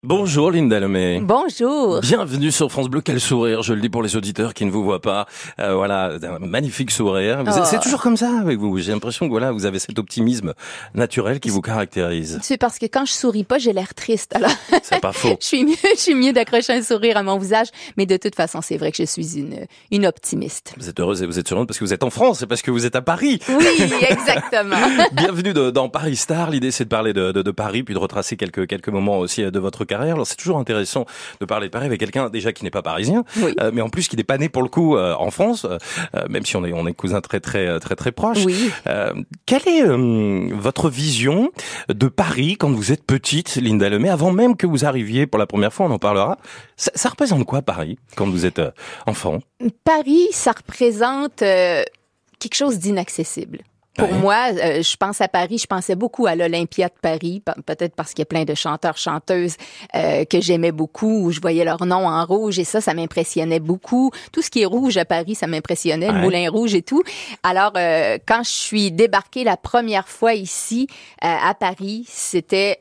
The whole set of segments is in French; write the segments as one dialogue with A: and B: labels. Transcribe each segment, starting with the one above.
A: Bonjour Linda Lemay.
B: Bonjour.
A: Bienvenue sur France Bleu. Quel sourire, je le dis pour les auditeurs qui ne vous voient pas. Voilà, un magnifique sourire. C'est toujours comme ça avec vous. J'ai l'impression que voilà, vous avez cet optimisme naturel qui vous caractérise.
B: C'est parce que quand je souris pas, j'ai l'air triste. Alors,
A: c'est pas faux.
B: je suis mieux d'accrocher un sourire à mon visage. Mais de toute façon, c'est vrai que je suis une optimiste.
A: Vous êtes heureuse et vous êtes sûrement parce que vous êtes en France et parce que vous êtes à Paris.
B: Oui, exactement.
A: Bienvenue dans Paris Star. L'idée, c'est de parler de Paris, puis de retracer quelques moments aussi de votre carrière. Alors c'est toujours intéressant de parler de Paris avec quelqu'un déjà qui n'est pas parisien,
B: oui.
A: Mais en plus qui n'est pas né pour le coup en France, même si on est cousins très proches.
B: Oui.
A: Quelle est votre vision de Paris quand vous êtes petite, Linda Lemay, avant même que vous arriviez pour la première fois, on en parlera. Ça représente quoi Paris quand vous êtes enfant?
B: Paris, ça représente quelque chose d'inaccessible. Pour moi, je pense à Paris, je pensais beaucoup à l'Olympia de Paris, peut-être parce qu'il y a plein de chanteurs, chanteuses que j'aimais beaucoup, où je voyais leur nom en rouge et ça m'impressionnait beaucoup. Tout ce qui est rouge à Paris, ça m'impressionnait, le Moulin Rouge et tout. Alors, quand je suis débarquée la première fois ici à Paris, c'était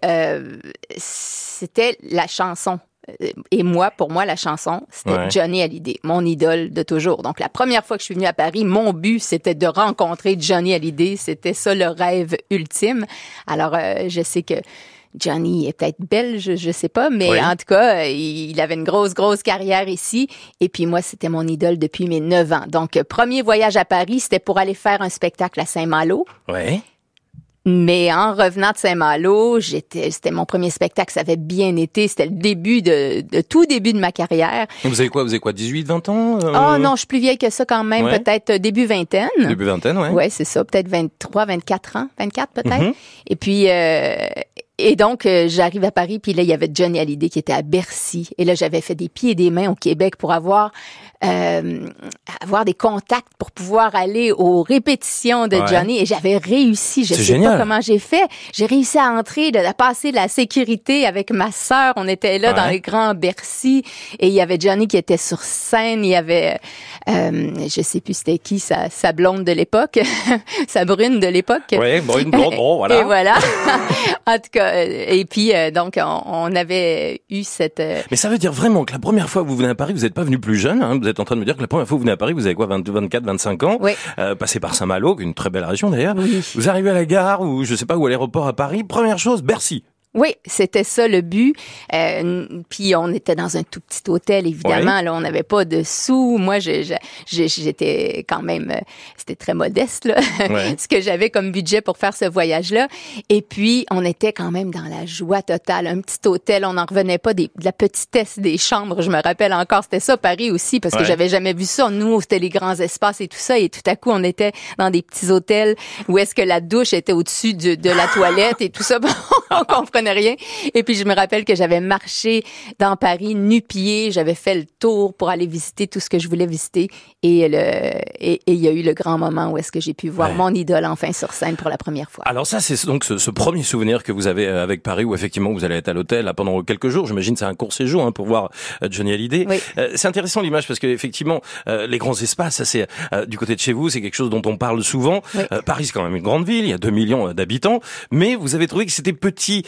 B: la chanson. Et moi, pour moi, la chanson, c'était Johnny Hallyday, mon idole de toujours. Donc, la première fois que je suis venue à Paris, mon but, c'était de rencontrer Johnny Hallyday. C'était ça le rêve ultime. Alors, je sais que Johnny est peut-être belge, je sais pas, mais en tout cas, il avait une grosse carrière ici. Et puis moi, c'était mon idole depuis mes 9 ans. Donc, premier voyage à Paris, c'était pour aller faire un spectacle à Saint-Malo.
A: Ouais.
B: Mais en revenant de Saint-Malo, c'était mon premier spectacle, ça avait bien été, c'était le début tout début de ma carrière.
A: Vous avez quoi, 18, 20 ans?
B: Oh non, je suis plus vieille que ça quand même, peut-être début vingtaine.
A: Début vingtaine, ouais.
B: Ouais, c'est ça, peut-être 23, 24 ans, 24 peut-être. Mm-hmm. Et puis et donc, j'arrive à Paris, puis là, il y avait Johnny Hallyday qui était à Bercy. Et là, j'avais fait des pieds et des mains au Québec pour avoir des contacts pour pouvoir aller aux répétitions de Johnny. Et j'avais réussi. Je sais pas comment j'ai fait. J'ai réussi à entrer, à passer de la sécurité avec ma sœur. On était là dans le grand Bercy. Et il y avait Johnny qui était sur scène. Il y avait, je sais plus c'était qui, sa blonde de l'époque, sa brune de l'époque.
A: Oui, brune, blonde, bon, voilà.
B: Et voilà. En tout cas, et puis, donc, on avait eu cette...
A: Mais ça veut dire vraiment que la première fois que vous venez à Paris, vous n'êtes pas venu plus jeune, hein. Vous êtes en train de me dire que la première fois que vous venez à Paris, vous avez quoi, 24, 25 ans?
B: Oui.
A: Passé par Saint-Malo, une très belle région d'ailleurs.
B: Oui.
A: Vous arrivez à la gare ou je sais pas, ou à l'aéroport à Paris. Première chose, Bercy.
B: Oui, c'était ça le but. Puis on était dans un tout petit hôtel, évidemment.
A: Ouais.
B: Là, on n'avait pas de sous. Moi, j'étais quand même, c'était très modeste là, ce que j'avais comme budget pour faire ce voyage-là. Et puis, on était quand même dans la joie totale. Un petit hôtel, on n'en revenait pas de la petitesse des chambres. Je me rappelle encore, c'était ça Paris aussi, parce que j'avais jamais vu ça. Nous, c'était les grands espaces et tout ça. Et tout à coup, on était dans des petits hôtels où est-ce que la douche était au-dessus de la toilette et tout ça. On comprenait rien. Et puis, je me rappelle que j'avais marché dans Paris nu-pieds. J'avais fait le tour pour aller visiter tout ce que je voulais visiter. Et il y a eu le grand moment où est-ce que j'ai pu voir mon idole enfin sur scène pour la première fois.
A: Alors ça, c'est donc ce premier souvenir que vous avez avec Paris où effectivement vous allez être à l'hôtel là, pendant quelques jours. J'imagine c'est un court séjour pour voir Johnny Hallyday.
B: Oui.
A: C'est intéressant l'image parce que effectivement les grands espaces, ça c'est du côté de chez vous, c'est quelque chose dont on parle souvent.
B: Oui.
A: Paris c'est quand même une grande ville, il y a 2 millions d'habitants, mais vous avez trouvé que c'était petit,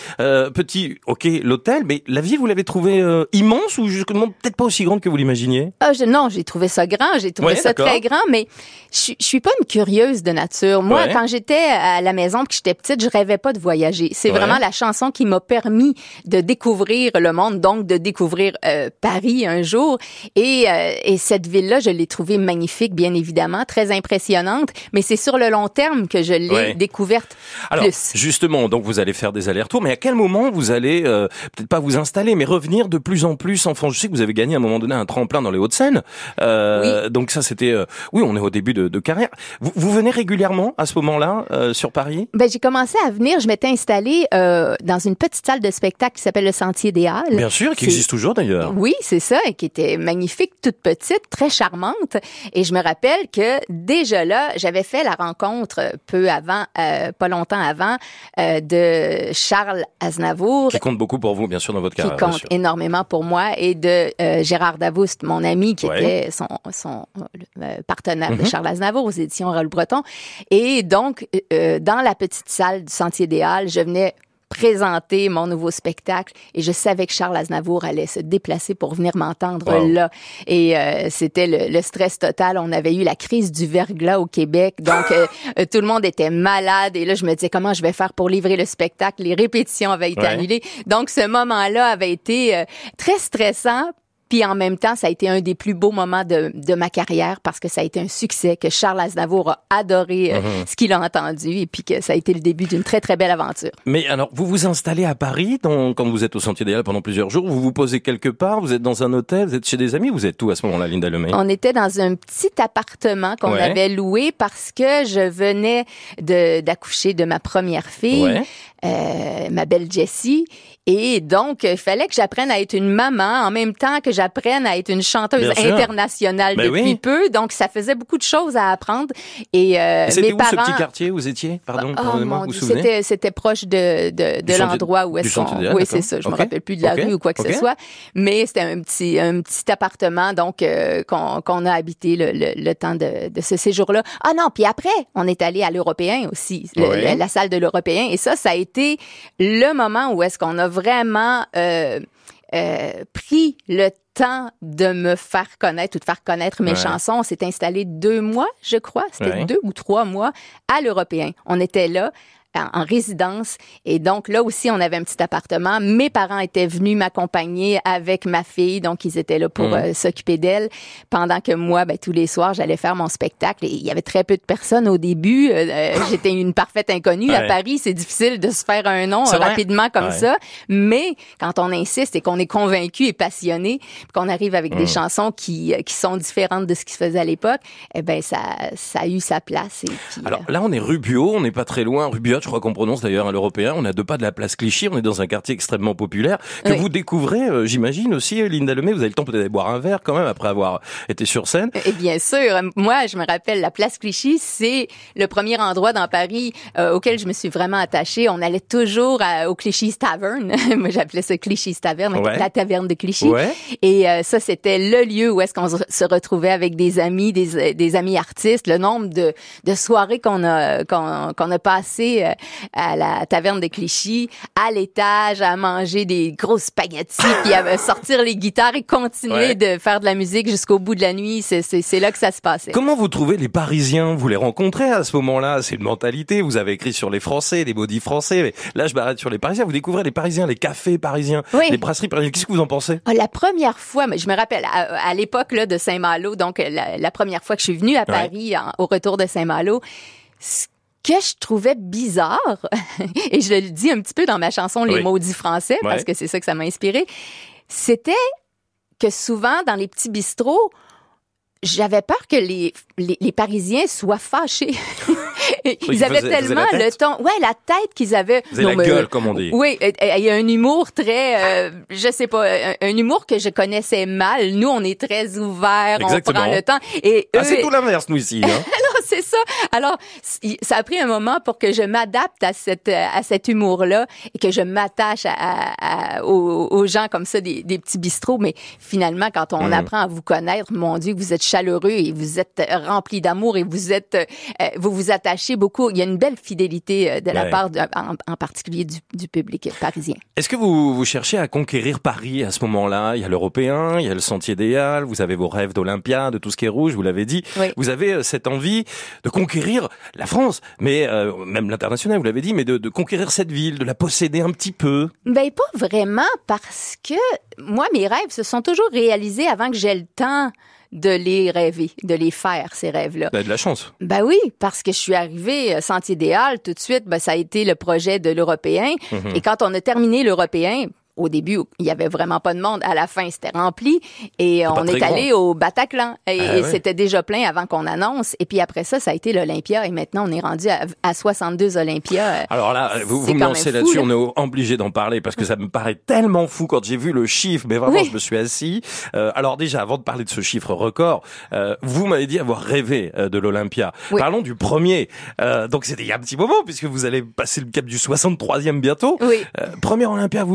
A: ok, l'hôtel, mais la ville, vous l'avez trouvé immense ou justement peut-être pas aussi grande que vous l'imaginiez?
B: Non, j'ai trouvé ça grand, j'ai trouvé ça très grand, mais je suis pas une curieuse de nature. Moi, quand j'étais à la maison, que j'étais petite, je rêvais pas de voyager. C'est vraiment la chanson qui m'a permis de découvrir le monde, donc de découvrir Paris un jour. Et cette ville-là, je l'ai trouvée magnifique, bien évidemment, très impressionnante, mais c'est sur le long terme que je l'ai découverte
A: Alors,
B: plus.
A: Justement, donc vous allez faire des allers-retours, mais à quel moment vous allez peut-être pas vous installer, mais revenir de plus en plus en France? Je sais que vous avez gagné à un moment donné un tremplin dans les Hauts-de-Seine. Donc ça, c'était... on est au début de carrière. Vous venez régulièrement à ce moment-là sur Paris?
B: J'ai commencé à venir. Je m'étais installée dans une petite salle de spectacle qui s'appelle le Sentier des Halles.
A: Bien sûr, qui existe toujours d'ailleurs.
B: Oui, c'est ça, et qui était magnifique, toute petite, très charmante. Et je me rappelle que déjà là, j'avais fait la rencontre peu avant, pas longtemps avant, de Charles Aznavour.
A: Qui compte beaucoup pour vous, bien sûr, dans votre carrière.
B: Qui compte énormément pour moi, et de Gérard Davoust, mon ami, qui était son partenaire de Charles Aznavour aux éditions Raoul Breton. Et donc, dans la petite salle du Sentier des Halles, je venais présenter mon nouveau spectacle et je savais que Charles Aznavour allait se déplacer pour venir m'entendre là. Et c'était le stress total. On avait eu la crise du verglas au Québec, donc tout le monde était malade et là je me disais comment je vais faire pour livrer le spectacle. Les répétitions avaient été annulées. Donc ce moment-là avait été très stressant. Puis en même temps, ça a été un des plus beaux moments de ma carrière parce que ça a été un succès, que Charles Aznavour a adoré ce qu'il a entendu et puis que ça a été le début d'une très, très belle aventure.
A: Mais alors, vous vous installez à Paris quand vous êtes au Sentier des Halles pendant plusieurs jours, vous vous posez quelque part, vous êtes dans un hôtel, vous êtes chez des amis, vous êtes où à ce moment-là, Linda Lemay?
B: On était dans un petit appartement qu'on avait loué parce que je venais d'accoucher de ma première fille. Ma belle Jessie. Et donc, il fallait que j'apprenne à être une maman en même temps que j'apprenne à être une chanteuse internationale depuis peu. Donc, ça faisait beaucoup de choses à apprendre. Et
A: c'était
B: mes parents...
A: ce petit quartier où vous étiez? Pardonnez-moi, vous vous souvenez?
B: C'était proche de l'endroit où est-ce qu'on... Oui, c'est ça. Je me rappelle plus de la rue ou quoi que ce soit. Mais c'était un petit appartement donc qu'on a habité le temps de ce séjour-là. Ah non, puis après, on est allé à l'Européen aussi, la salle de l'Européen. Et ça a été le moment où est-ce qu'on a vraiment pris le temps de me faire connaître ou de faire connaître mes chansons. On s'est installé 2 mois, je crois. C'était 2 ou 3 mois à l'Européen. On était là en résidence. Et donc, là aussi, on avait un petit appartement. Mes parents étaient venus m'accompagner avec ma fille. Donc, ils étaient là pour s'occuper d'elle. Pendant que moi, tous les soirs, j'allais faire mon spectacle. Et il y avait très peu de personnes au début. J'étais une parfaite inconnue. À Paris, c'est difficile de se faire un nom rapidement comme ça. Mais quand on insiste et qu'on est convaincu et passionné, qu'on arrive avec des chansons qui sont différentes de ce qui se faisait à l'époque, eh ben ça a eu sa place. Et puis,
A: alors là, on est rue Buot. On n'est pas très loin. Rue Buot, je crois qu'on prononce d'ailleurs à l'Européen. On est à 2 pas de la place Clichy. On est dans un quartier extrêmement populaire que vous découvrez, j'imagine aussi, Linda Lemay. Vous avez le temps peut-être d'aller boire un verre quand même après avoir été sur scène.
B: Et bien sûr. Moi, je me rappelle, la place Clichy, c'est le premier endroit dans Paris auquel je me suis vraiment attachée. On allait toujours au Clichy's Tavern. Moi, j'appelais ça Clichy's Tavern, la taverne de Clichy. Et ça, c'était le lieu où est-ce qu'on se retrouvait avec des amis, des amis artistes. Le nombre de soirées qu'on a passé à la taverne de Clichy, à l'étage, à manger des grosses spaghettis, puis à sortir les guitares et continuer de faire de la musique jusqu'au bout de la nuit. C'est là que ça se passait.
A: Comment vous trouvez les Parisiens? Vous les rencontrez à ce moment-là? C'est une mentalité. Vous avez écrit sur les Français, des maudits Français. Mais là, je m'arrête sur les Parisiens. Vous découvrez les Parisiens, les cafés parisiens, les brasseries parisiennes. Qu'est-ce que vous en pensez?
B: La première fois, je me rappelle, à l'époque là de Saint-Malo, donc la première fois que je suis venue à Paris au retour de Saint-Malo, ce que je trouvais bizarre, et je le dis un petit peu dans ma chanson Les maudits Français, parce que c'est ça que ça m'a inspiré, c'était que souvent, dans les petits bistrots, j'avais peur que les Parisiens soient fâchés. Ils avaient tellement le ton... la tête qu'ils avaient...
A: Vous avez la gueule, comme on dit.
B: Oui, il y a un humour très... je sais pas, un humour que je connaissais mal. Nous, on est très ouverts, on prend le temps. Et eux,
A: c'est tout l'inverse, nous, ici. Hein?
B: Alors, c'est ça. Alors, ça a pris un moment pour que je m'adapte à cet humour-là et que je m'attache aux gens comme ça, des petits bistrots. Mais finalement, quand on apprend à vous connaître, mon Dieu, vous êtes chaleureux et vous êtes rempli d'amour et vous vous attachez beaucoup. Il y a une belle fidélité de la part, en particulier du public parisien.
A: Est-ce que vous cherchez à conquérir Paris à ce moment-là? Il y a l'Européen, il y a le Sentier des Halles, vous avez vos rêves d'Olympia, de tout ce qui est rouge, vous l'avez dit. Vous avez cette envie de conquérir la France, mais même l'international, vous l'avez dit, mais de conquérir cette ville, de la posséder un petit peu.
B: Ben pas vraiment, parce que moi, mes rêves se sont toujours réalisés avant que j'aie le temps de les rêver, de les faire, ces rêves-là.
A: Vous avez de la chance.
B: Ben oui, parce que je suis arrivée Sentier des Halles, tout de suite, ça a été le projet de l'Européen. Et quand on a terminé l'Européen, au début, il y avait vraiment pas de monde. À la fin, c'était rempli. Et on est allé au Bataclan. Et c'était déjà plein avant qu'on annonce. Et puis après ça, ça a été l'Olympia. Et maintenant, on est rendu à 62 Olympia.
A: Alors là, vous me lancez là-dessus. On est obligé d'en parler parce que ça me paraît tellement fou quand j'ai vu le chiffre. Mais vraiment, je me suis assis. Alors déjà, avant de parler de ce chiffre record, vous m'avez dit avoir rêvé de l'Olympia. Parlons du premier. Donc c'était il y a un petit moment puisque vous allez passer le cap du 63e bientôt. Premier Olympia, vous vous souvenez?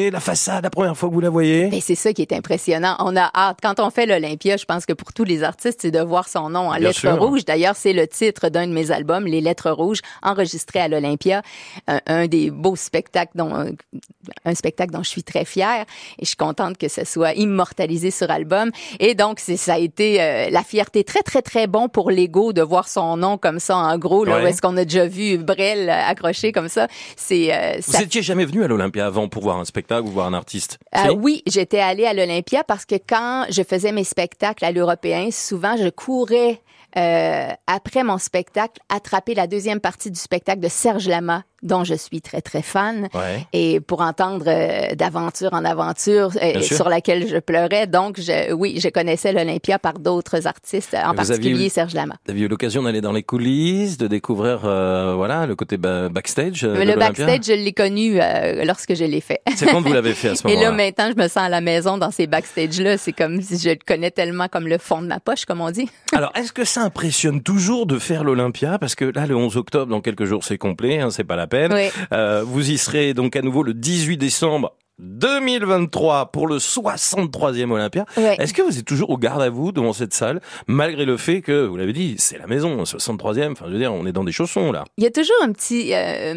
A: imaginez la façade la première fois que vous la voyez?
B: Ben, c'est ça qui est impressionnant. On a hâte. Quand on fait l'Olympia, je pense que pour tous les artistes, c'est de voir son nom en lettres rouges. D'ailleurs, c'est le titre d'un de mes albums, Les Lettres rouges, enregistré à l'Olympia. Un des beaux spectacles un spectacle dont je suis très fière. Et je suis contente que ce soit immortalisé sur album. Et donc, ça a été la fierté très, très, très bon pour l'ego de voir son nom comme ça, en gros, là, où est-ce qu'on a déjà vu Brel accroché comme ça.
A: Vous étiez jamais venu à l'Olympia avant pour voir un spectacle ou voir un artiste?
B: Oui, j'étais allée à l'Olympia parce que quand je faisais mes spectacles à l'Européen, souvent je courais après mon spectacle attraper la deuxième partie du spectacle de Serge Lama, dont je suis très, très fan.
A: Ouais.
B: Et pour entendre d'aventure en aventure sur laquelle je pleurais. Donc, je connaissais l'Olympia par d'autres artistes, en particulier Serge Lama.
A: Vous aviez eu l'occasion d'aller dans les coulisses, de découvrir le côté backstage de
B: le backstage, je l'ai connu lorsque je l'ai fait.
A: C'est quand vous l'avez fait à ce moment-là?
B: Et là, maintenant, je me sens à la maison dans ces backstage-là. C'est comme si je le connais tellement comme le fond de ma poche, comme on dit.
A: Alors, est-ce que ça impressionne toujours de faire l'Olympia? Parce que là, le 11 octobre, dans quelques jours, c'est complet, c'est pas la peine.
B: Oui.
A: Vous y serez donc à nouveau le 18 décembre 2023 pour le 63e Olympia.
B: Ouais.
A: Est-ce que vous êtes toujours au garde à vous devant cette salle, malgré le fait que, vous l'avez dit, c'est la maison, 63e, enfin, je veux dire, on est dans des chaussons, là.
B: Il y a toujours un petit...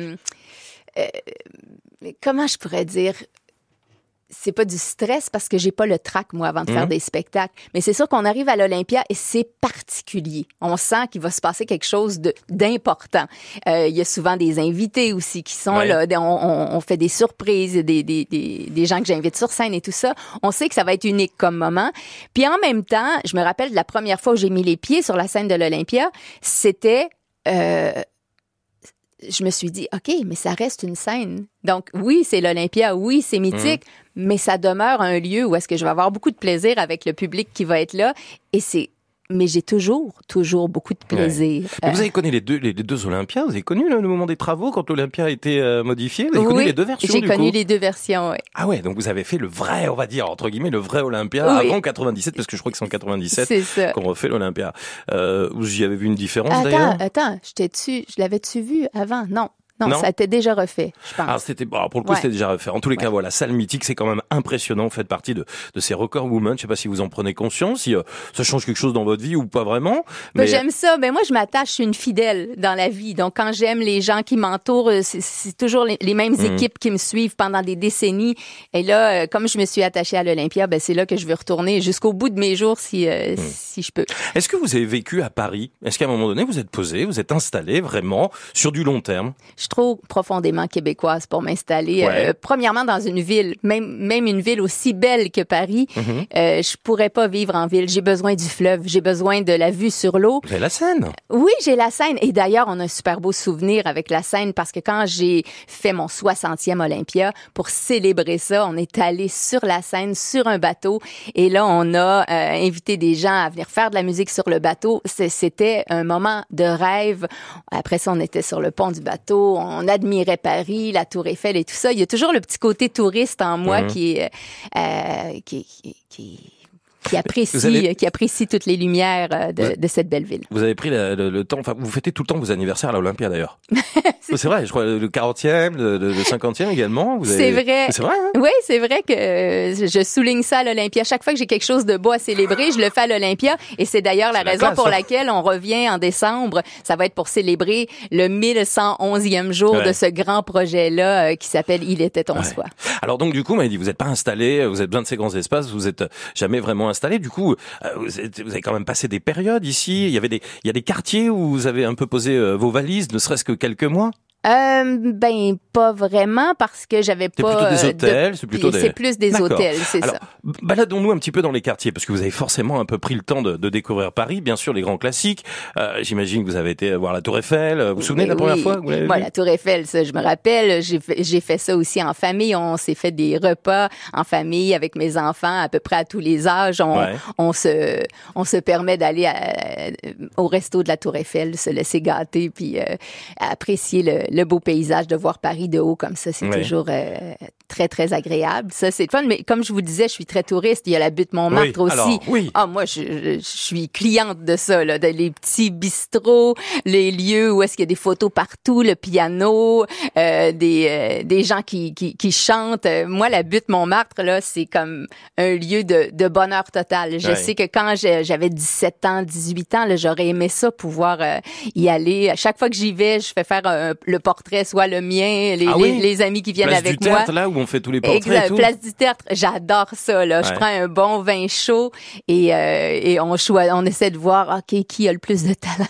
B: comment je pourrais dire... C'est pas du stress parce que j'ai pas le trac, moi, avant de faire des spectacles. Mais c'est sûr qu'on arrive à l'Olympia et c'est particulier. On sent qu'il va se passer quelque chose d'important. Il y a souvent des invités aussi qui sont là. On fait des surprises, des gens que j'invite sur scène et tout ça. On sait que ça va être unique comme moment. Puis en même temps, je me rappelle de la première fois où j'ai mis les pieds sur la scène de l'Olympia, c'était... je me suis dit, OK, mais ça reste une scène. Donc, oui, c'est l'Olympia, oui, c'est mythique, mais ça demeure un lieu où est-ce que je vais avoir beaucoup de plaisir avec le public qui va être là. Mais j'ai toujours beaucoup de plaisir.
A: Ouais. Vous avez connu les deux Olympias? Vous avez connu le moment des travaux quand l'Olympia a été modifié? Vous avez connu les deux versions,
B: j'ai connu les deux versions, oui.
A: Ah ouais, donc vous avez fait le vrai, on va dire, entre guillemets, le vrai Olympia avant 97, parce que je crois que c'est en 97 qu'on refait l'Olympia. J'y avais vu une différence, d'ailleurs?
B: Attends, je l'avais-tu vu avant? Non, ça a été déjà refait, je pense.
A: Ah, pour le coup, c'était déjà refait. En tous les cas, voilà, salle mythique, c'est quand même impressionnant. Vous faites partie de ces records women. Je sais pas si vous en prenez conscience, si ça change quelque chose dans votre vie ou pas vraiment.
B: Mais j'aime ça. Mais moi, je m'attache, je suis une fidèle dans la vie. Donc, quand j'aime les gens qui m'entourent, c'est toujours les mêmes équipes qui me suivent pendant des décennies. Et là, comme je me suis attachée à l'Olympia, c'est là que je veux retourner jusqu'au bout de mes jours si je peux.
A: Est-ce que vous avez vécu à Paris? Est-ce qu'à un moment donné, vous êtes posé, vous êtes installé vraiment sur du long terme?
B: Je suis trop profondément québécoise pour m'installer. Premièrement, dans une ville, même une ville aussi belle que Paris, je pourrais pas vivre en ville. J'ai besoin du fleuve, j'ai besoin de la vue sur l'eau.
A: Vous avez la Seine?
B: Oui, j'ai la Seine. Et d'ailleurs, on a un super beau souvenir avec la Seine parce que quand j'ai fait mon 60e Olympia, pour célébrer ça, on est allé sur la Seine, sur un bateau. Et là, on a invité des gens à venir faire de la musique sur le bateau. C'était un moment de rêve. Après ça, on était sur le pont du bateau. On admirait Paris, la Tour Eiffel et tout ça. Il y a toujours le petit côté touriste en moi qui apprécie toutes les lumières de cette belle ville.
A: Vous avez pris le temps, enfin, vous fêtez tout le temps vos anniversaires à l'Olympia d'ailleurs. C'est vrai, je crois, le 40e, le 50e également.
B: C'est vrai.
A: C'est vrai, hein?
B: Oui, c'est vrai que je souligne ça à l'Olympia. Chaque fois que j'ai quelque chose de beau à célébrer, je le fais à l'Olympia. Et c'est d'ailleurs la raison pour laquelle on revient en décembre. Ça va être pour célébrer le 1111e jour de ce grand projet-là qui s'appelle Il était ton soir.
A: Alors donc, du coup, vous m'avez dit, vous n'êtes pas installé, vous avez besoin de ces grands espaces, vous êtes jamais vraiment installé. Du coup, vous avez quand même passé des périodes ici. Il y a des quartiers où vous avez un peu posé vos valises, ne serait-ce que quelques mois.
B: Pas vraiment parce que j'avais pas.
A: C'est plutôt des hôtels,
B: c'est plus des hôtels, c'est ça.
A: Baladons-nous un petit peu dans les quartiers parce que vous avez forcément un peu pris le temps de découvrir Paris, bien sûr les grands classiques. J'imagine que vous avez été voir la Tour Eiffel. Vous vous souvenez de la première fois que vous l'avez vue?
B: La Tour Eiffel, ça je me rappelle. J'ai fait ça aussi en famille. On s'est fait des repas en famille avec mes enfants à peu près à tous les âges. On se permet d'aller au resto de la Tour Eiffel, se laisser gâter puis apprécier le beau paysage, de voir Paris de haut comme ça, c'est toujours très, très agréable. Ça, c'est le fun. Mais comme je vous disais, je suis très touriste. Il y a la butte Montmartre aussi.
A: Alors, oui.
B: Moi, je suis cliente de ça, là. Les petits bistrots, les lieux où est-ce qu'il y a des photos partout, le piano, des gens qui chantent. Moi, la butte Montmartre, là, c'est comme un lieu de bonheur total. Je sais que quand j'avais 17 ans, 18 ans, là, j'aurais aimé ça, pouvoir y aller. À chaque fois que j'y vais, je fais faire le portrait, soit le mien, les amis qui viennent
A: Place
B: avec
A: du
B: moi.
A: Tertre, là où on fait tous les portraits.
B: Exact.
A: Et tout.
B: Place du Tertre, j'adore ça. Là, je prends un bon vin chaud et on essaie de voir qui a le plus de talent,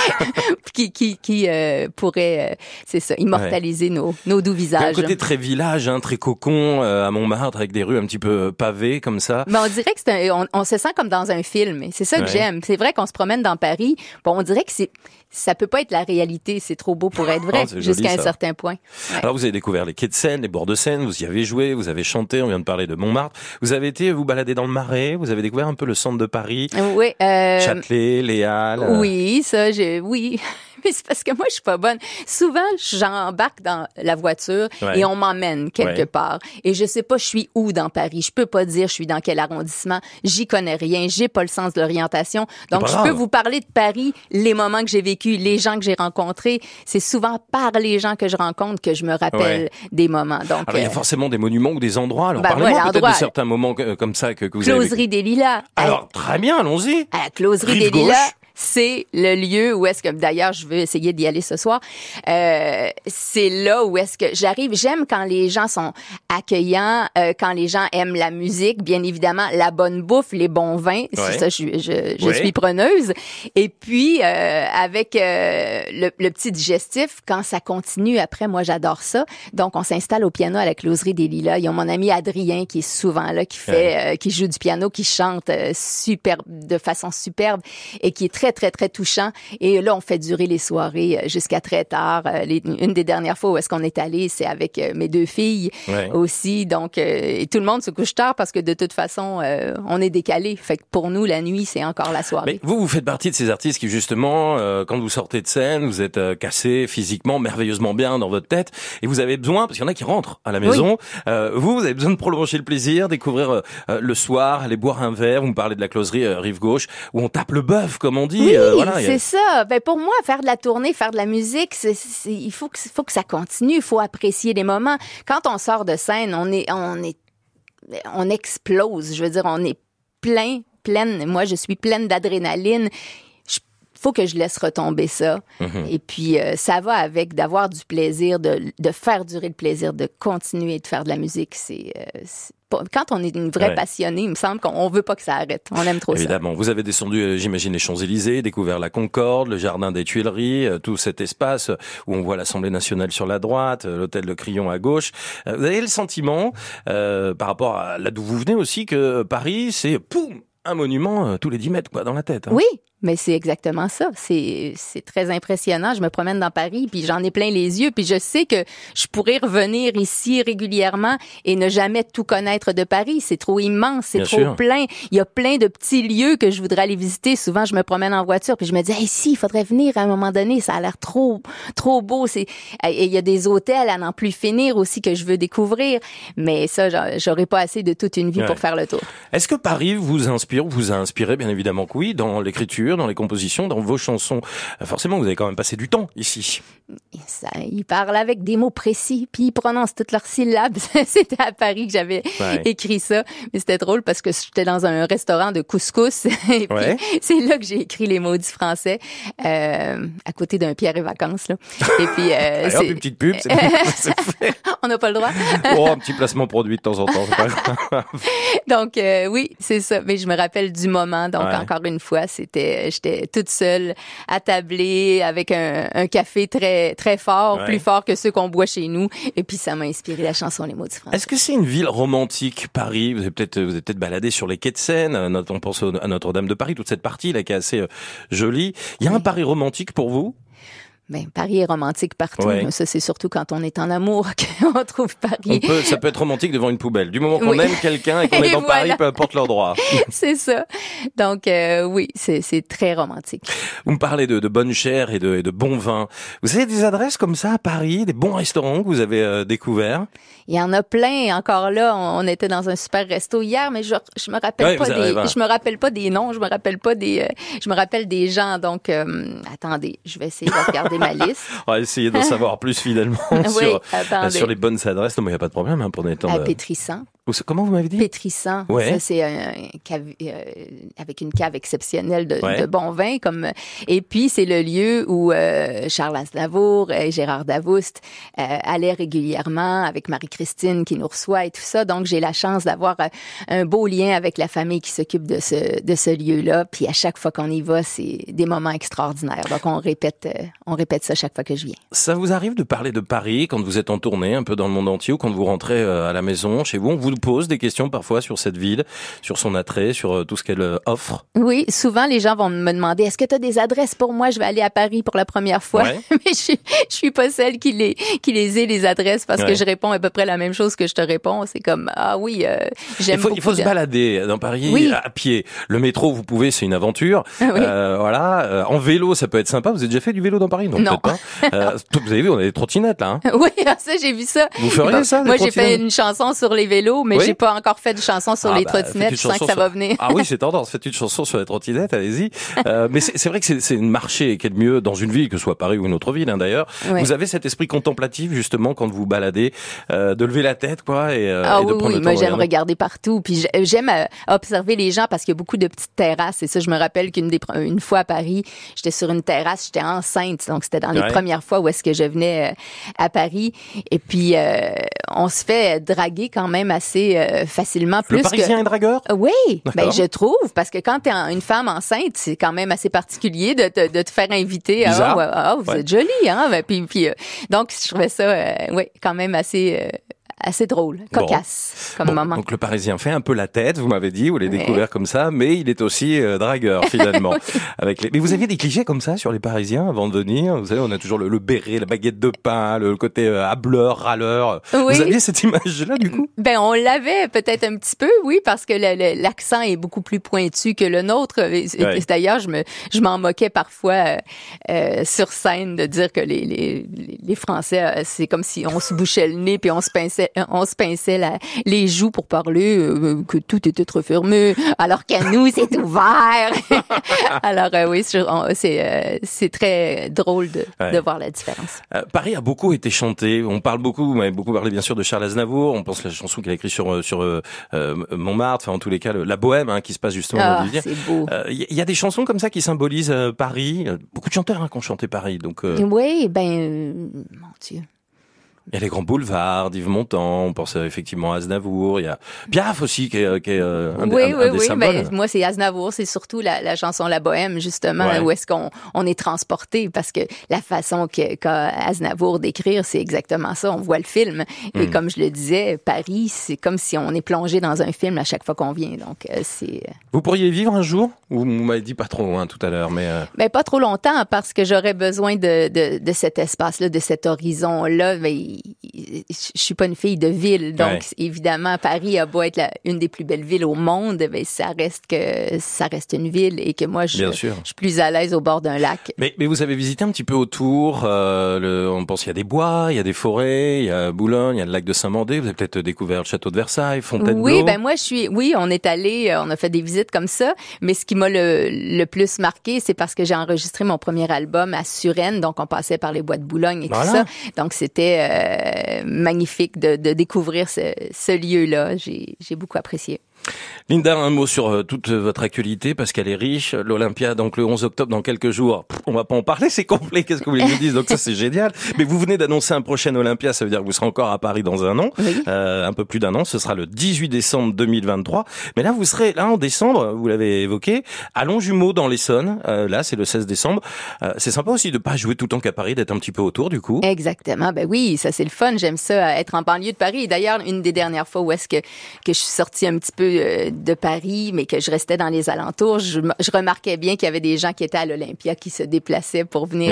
B: qui pourrait, c'est ça, immortaliser nos doux visages.
A: Il y a un côté très village, très cocon à Montmartre, avec des rues un petit peu pavées comme ça.
B: Mais on dirait que on se sent comme dans un film. Et c'est ça que j'aime. C'est vrai qu'on se promène dans Paris. Bon, on dirait que ça peut pas être la réalité. C'est trop beau pour être vrai, jusqu'à un certain point. Ouais.
A: Alors, vous avez découvert les quais de Seine, les bords de Seine, vous y avez joué, vous avez chanté, on vient de parler de Montmartre. Vous avez été vous balader dans le Marais, vous avez découvert un peu le centre de Paris.
B: Oui.
A: Châtelet, les Halles.
B: Oui, oui. Mais c'est parce que moi, je suis pas bonne. Souvent, j'embarque dans la voiture et on m'emmène quelque part. Et je sais pas, je suis où dans Paris. Je peux pas dire je suis dans quel arrondissement. J'y connais rien. J'ai pas le sens de l'orientation. Donc, je peux vous parler de Paris, les moments que j'ai vécus, les gens que j'ai rencontrés. C'est souvent par les gens que je rencontre que je me rappelle des moments. Donc,
A: alors, il y a forcément des monuments ou des endroits. Alors, parlez-moi peut-être de certains moments comme ça que vous avez vécu.
B: Closerie des Lilas.
A: Alors, très bien, allons-y.
B: À la Closerie des Lilas. C'est le lieu où est-ce que, d'ailleurs, je veux essayer d'y aller ce soir. C'est là où est-ce que j'arrive. J'aime quand les gens sont accueillants, quand les gens aiment la musique, bien évidemment, la bonne bouffe, les bons vins. C'est ça, je suis preneuse. Et puis, avec le petit digestif, quand ça continue après, moi, j'adore ça. Donc, on s'installe au piano à la Closerie des Lilas. Ils ont mon ami Adrien qui est souvent là, qui fait, qui joue du piano, qui chante de façon superbe et qui est très, très, très touchant. Et là, on fait durer les soirées jusqu'à très tard. Une des dernières fois où est-ce qu'on est allé, c'est avec mes deux filles aussi. Donc, et tout le monde se couche tard parce que de toute façon, on est décalé. Fait que pour nous, la nuit, c'est encore la soirée.
A: Mais vous faites partie de ces artistes qui, justement, quand vous sortez de scène, vous êtes cassé physiquement, merveilleusement bien dans votre tête, et vous avez besoin, parce qu'il y en a qui rentrent à la maison, vous avez besoin de prolonger le plaisir, découvrir le soir, aller boire un verre. Vous me parlez de la Closerie Rive Gauche, où on tape le bœuf, comme on dit.
B: Oui, c'est ça. Ben pour moi, faire de la tournée, faire de la musique, il faut que ça continue. Il faut apprécier les moments. Quand on sort de scène, on explose. Je veux dire, on est pleine. Moi, je suis pleine d'adrénaline. Faut que je laisse retomber ça. Et puis, ça va avec d'avoir du plaisir, de faire durer le plaisir, de continuer de faire de la musique. Quand on est une vraie passionnée, il me semble qu'on veut pas que ça arrête. On aime trop ça.
A: Évidemment. Vous avez descendu, j'imagine, les Champs-Élysées, découvert la Concorde, le jardin des Tuileries, tout cet espace où on voit l'Assemblée nationale sur la droite, l'hôtel de Crillon à gauche. Vous avez le sentiment, par rapport à là d'où vous venez aussi, que Paris, c'est un monument tous les 10 mètres, dans la tête.
B: Oui. Mais c'est exactement ça. C'est très impressionnant. Je me promène dans Paris, puis j'en ai plein les yeux, puis je sais que je pourrais revenir ici régulièrement et ne jamais tout connaître de Paris. C'est trop immense, c'est trop plein. Il y a plein de petits lieux que je voudrais aller visiter. Souvent, je me promène en voiture, puis je me dis, si, il faudrait venir à un moment donné. Ça a l'air trop beau. Il y a des hôtels à n'en plus finir aussi que je veux découvrir. Mais ça, j'aurais pas assez de toute une vie pour faire le tour.
A: Est-ce que Paris vous a inspiré, bien évidemment que oui, dans l'écriture, dans les compositions, dans vos chansons? Forcément, vous avez quand même passé du temps ici.
B: Ils parlent avec des mots précis, puis ils prononcent toutes leurs syllabes. C'était à Paris que j'avais écrit ça. Mais c'était drôle parce que j'étais dans un restaurant de couscous. Et puis, c'est là que j'ai écrit les mots du français, à côté d'un Pierre et Vacances, là. Et puis,
A: c'est une petite pub, c'est fait.
B: On n'a pas le droit.
A: Un petit placement produit de temps en temps, c'est pas grave.
B: Donc, oui, c'est ça. Mais je me rappelle du moment. Donc, encore une fois, j'étais toute seule, attablée, avec un café très fort, plus fort que ceux qu'on boit chez nous. Et puis, ça m'a inspiré la chanson Les mots du français.
A: Est-ce que c'est une ville romantique, Paris? Vous êtes peut-être baladé sur les quais de Seine. On pense à Notre-Dame de Paris, toute cette partie là qui est assez jolie. Il y a un Paris romantique pour vous?
B: Ben, Paris est romantique partout. Ouais. Ça, c'est surtout quand on est en amour qu'on trouve Paris.
A: Ça peut être romantique devant une poubelle. Du moment qu'on aime quelqu'un et qu'on est dans Paris, peu importe l'endroit.
B: C'est ça. Donc, oui, c'est très romantique.
A: Vous me parlez de bonne chair et de bons vins. Vous avez des adresses comme ça à Paris, des bons restaurants que vous avez découverts?
B: Il y en a plein. Encore là, on était dans un super resto hier, mais je me rappelle je me rappelle pas des noms, je me rappelle des gens. Donc, attendez, je vais essayer de regarder ma liste.
A: On va essayer d'en savoir plus finalement sur les bonnes adresses. Non, mais il n'y a pas de problème pour des temps.
B: À Pétrissant.
A: Comment vous m'avez dit?
B: Pétrissant. Ouais. Ça, c'est avec une cave exceptionnelle de bons vins. Et puis, c'est le lieu où Charles Aznavour et Gérard Davoust allaient régulièrement avec Marie-Christine qui nous reçoit et tout ça. Donc, j'ai la chance d'avoir un beau lien avec la famille qui s'occupe de ce lieu-là. Puis, à chaque fois qu'on y va, c'est des moments extraordinaires. Donc, on répète ça chaque fois que je viens.
A: Ça vous arrive de parler de Paris quand vous êtes en tournée un peu dans le monde entier ou quand vous rentrez à la maison, chez vous? On vous pose des questions parfois sur cette ville, sur son attrait, sur tout ce qu'elle offre?
B: Oui, souvent les gens vont me demander, est-ce que tu as des adresses pour moi? Je vais aller à Paris pour la première fois. Ouais. Mais je suis pas celle qui les ait, les adresses, parce que je réponds à peu près la même chose que je te réponds. C'est comme, ah oui, j'aime beaucoup.
A: Il faut se balader dans Paris à pied. Le métro, vous pouvez, c'est une aventure. Oui. Voilà. En vélo, ça peut être sympa. Vous avez déjà fait du vélo dans Paris? Non. Peut-être pas. Vous avez vu, on a des trottinettes là. Hein?
B: Oui, ça, j'ai vu ça.
A: Vous feriez ça?
B: Moi, j'ai fait une chanson sur les vélos, mais j'ai pas encore fait de chanson sur les trottinettes. Je sens que ça va venir.
A: Ah oui, c'est tendance. Faites une chanson sur les trottinettes, allez-y. Mais c'est vrai que c'est une marché qui est le mieux dans une ville, que ce soit Paris ou une autre ville, d'ailleurs. Ouais. Vous avez cet esprit contemplatif, justement, quand vous baladez, de lever la tête, quoi, et de prendre le temps.
B: Moi, j'aime regarder partout. Puis j'aime observer les gens parce qu'il y a beaucoup de petites terrasses. Et ça, je me rappelle une fois à Paris, j'étais sur une terrasse, j'étais enceinte. Donc, c'était dans les premières fois où est-ce que je venais à Paris. Et puis, on se fait draguer quand même assez facilement.
A: Le Parisien est dragueur?
B: Oui, ben je trouve, parce que quand t'es une femme enceinte, c'est quand même assez particulier de te faire inviter. Vous êtes jolie, hein? Puis, donc, je trouvais ça, quand même assez drôle, cocasse comme moment.
A: Donc le Parisien fait un peu la tête, vous m'avez dit, vous l'avez découvert comme ça, mais il est aussi dragueur finalement. Mais vous aviez des clichés comme ça sur les Parisiens avant de venir? Vous savez, on a toujours le béret, la baguette de pain, le côté hableur, râleur. Oui. Vous aviez cette image-là du coup?
B: Ben on l'avait peut-être un petit peu, oui, parce que l'accent est beaucoup plus pointu que le nôtre. D'ailleurs, je m'en moquais parfois sur scène de dire que les Français, c'est comme si on se bouchait le nez puis on se pinçait les joues pour parler, que tout était trop fermé, alors qu'à nous, c'est ouvert. Alors oui, c'est très drôle de voir la différence.
A: Paris a beaucoup été chanté. On parle beaucoup, on a beaucoup parlé bien sûr de Charles Aznavour. On pense à la chanson qu'il a écrite sur Montmartre, enfin en tous les cas la Bohème, qui se passe justement.
B: C'est beau.
A: Il y a des chansons comme ça qui symbolisent Paris. Beaucoup de chanteurs qui ont chanté Paris. Donc
B: oui, mon Dieu.
A: Il y a les grands boulevards d'Yves Montand, on pense effectivement à Aznavour, il y a Piaf aussi qui est un des symboles.
B: Ben, moi c'est Aznavour, c'est surtout la chanson La Bohème justement, où est-ce qu'on est transporté, parce que la façon qu'a Aznavour d'écrire, c'est exactement ça, on voit le film. Et comme je le disais, Paris, c'est comme si on est plongé dans un film à chaque fois qu'on vient. Donc c'est...
A: Vous pourriez vivre un jour? Vous m'avez dit pas trop tout à l'heure, mais...
B: Ben, pas trop longtemps, parce que j'aurais besoin de cet espace-là, de cet horizon-là. Mais je suis pas une fille de ville, donc évidemment Paris a beau être une des plus belles villes au monde, mais ça reste une ville, et que moi je suis plus à l'aise au bord d'un lac.
A: Mais vous avez visité un petit peu autour, on pense qu'il y a des bois, il y a des forêts, il y a Boulogne, il y a le lac de Saint-Mandé, vous avez peut-être découvert le château de Versailles, Fontainebleau.
B: Oui, ben moi on est allé, on a fait des visites comme ça, mais ce qui m'a le plus marqué, c'est parce que j'ai enregistré mon premier album à Suresnes, donc on passait par les bois de Boulogne et tout ça, donc c'était magnifique de découvrir ce lieu-là. J'ai beaucoup apprécié.
A: Linda, un mot sur toute votre actualité, parce qu'elle est riche. L'Olympia, donc le 11 octobre, dans quelques jours. On va pas en parler, c'est complet. Qu'est-ce que vous voulez que je vous dise? Donc ça, c'est génial. Mais vous venez d'annoncer un prochain Olympia, ça veut dire que vous serez encore à Paris dans un an. Oui. Un peu plus d'un an. Ce sera le 18 décembre 2023. Mais là, vous serez, en décembre, vous l'avez évoqué, à Longjumeau dans l'Essonne. Là, c'est le 16 décembre. C'est sympa aussi de pas jouer tout le temps qu'à Paris, d'être un petit peu autour, du coup.
B: Exactement. Ben oui, ça, c'est le fun. J'aime ça, être en banlieue de Paris. Et d'ailleurs, une des dernières fois où est-ce que je suis sortie un petit peu peu de Paris, mais que je restais dans les alentours, je remarquais bien qu'il y avait des gens qui étaient à l'Olympia qui se déplaçaient pour venir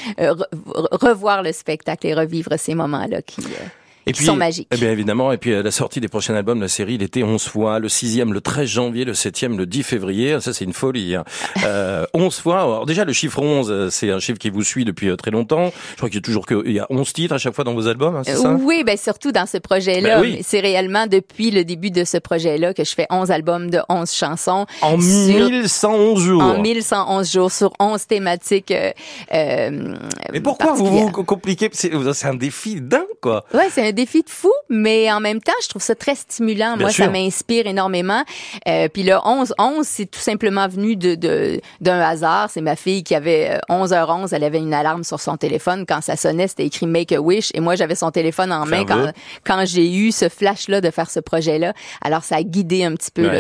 B: revoir le spectacle et revivre ces moments-là qui sont magiques.
A: Eh bien évidemment, et puis la sortie des prochains albums de la série, il était 11 fois, le 6e le 13 janvier, le 7e le 10 février, ça c'est une folie. 11 fois, alors déjà le chiffre 11, c'est un chiffre qui vous suit depuis très longtemps, je crois qu'il y a 11 titres à chaque fois dans vos albums, hein, c'est ça?
B: Oui, ben surtout dans ce projet-là,
A: oui.
B: C'est réellement depuis le début de ce projet-là que je fais 11 albums de 11 chansons.
A: En 1111 jours.
B: En 1111 jours, sur 11 thématiques.
A: Mais pourquoi vous compliquez? C'est un défi dingue, quoi.
B: Ouais, c'est un défi de fou, mais en même temps, je trouve ça très stimulant. Moi, ça m'inspire énormément. Puis le 11-11, c'est tout simplement venu d'un hasard. C'est ma fille qui avait 11h11, elle avait une alarme sur son téléphone. Quand ça sonnait, c'était écrit Make a Wish. Et moi, j'avais son téléphone en main quand j'ai eu ce flash-là de faire ce projet-là. Alors, ça a guidé un petit peu là,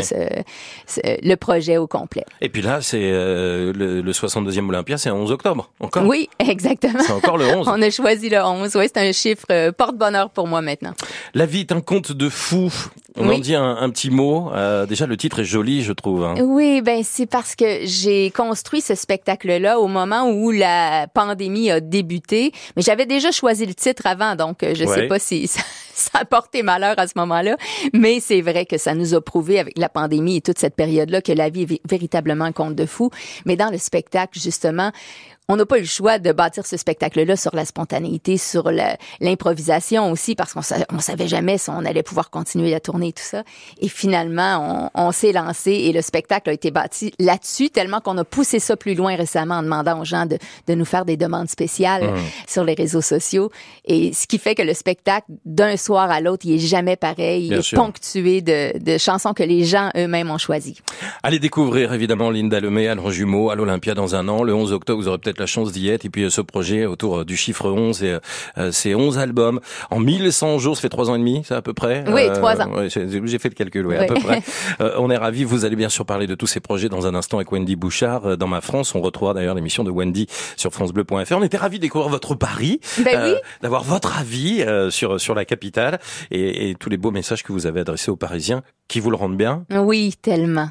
B: le projet au complet.
A: Et puis là, c'est le 62e Olympia, c'est le 11 octobre, encore?
B: Oui, exactement.
A: C'est encore le 11.
B: On a choisi le 11. Oui, c'est un chiffre porte-bonheur pour moi maintenant.
A: La vie est un conte de fou. On en dit un petit mot. Déjà, le titre est joli, je trouve. Hein.
B: Oui, ben c'est parce que j'ai construit ce spectacle-là au moment où la pandémie a débuté. Mais j'avais déjà choisi le titre avant, donc je sais pas si ça a porté malheur à ce moment-là. Mais c'est vrai que ça nous a prouvé avec la pandémie et toute cette période-là que la vie est véritablement un conte de fou. Mais dans le spectacle, justement, on n'a pas eu le choix de bâtir ce spectacle-là sur la spontanéité, sur l'improvisation aussi, parce qu'on savait jamais si on allait pouvoir continuer à tourner et tout ça. Et finalement, on s'est lancé et le spectacle a été bâti là-dessus, tellement qu'on a poussé ça plus loin récemment en demandant aux gens de nous faire des demandes spéciales sur les réseaux sociaux. Et ce qui fait que le spectacle, d'un soir à l'autre, il est jamais pareil. Il est ponctué de chansons que les gens eux-mêmes ont choisies.
A: Allez découvrir évidemment Linda Lemay à Jumeaux, à l'Olympia dans un an. Le 11 octobre, vous aurez peut-être la chance d'y être. Et puis ce projet autour du chiffre 11 et ces 11 albums en 1100 jours, ça fait 3 ans et demi, ça à peu près.
B: Oui, 3 ans.
A: Ouais, j'ai fait le calcul, à peu près. On est ravis. Vous allez bien sûr parler de tous ces projets dans un instant avec Wendy Bouchard dans Ma France. On retrouvera d'ailleurs l'émission de Wendy sur francebleu.fr. On était ravis de découvrir votre Paris, d'avoir votre avis sur la capitale et tous les beaux messages que vous avez adressés aux Parisiens qui vous le rendent bien.
B: Oui, tellement.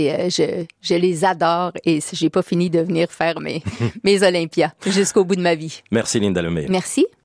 B: Je les adore et j'ai pas fini de venir faire mes Olympias jusqu'au bout de ma vie.
A: Merci Linda Lemay.
B: Merci.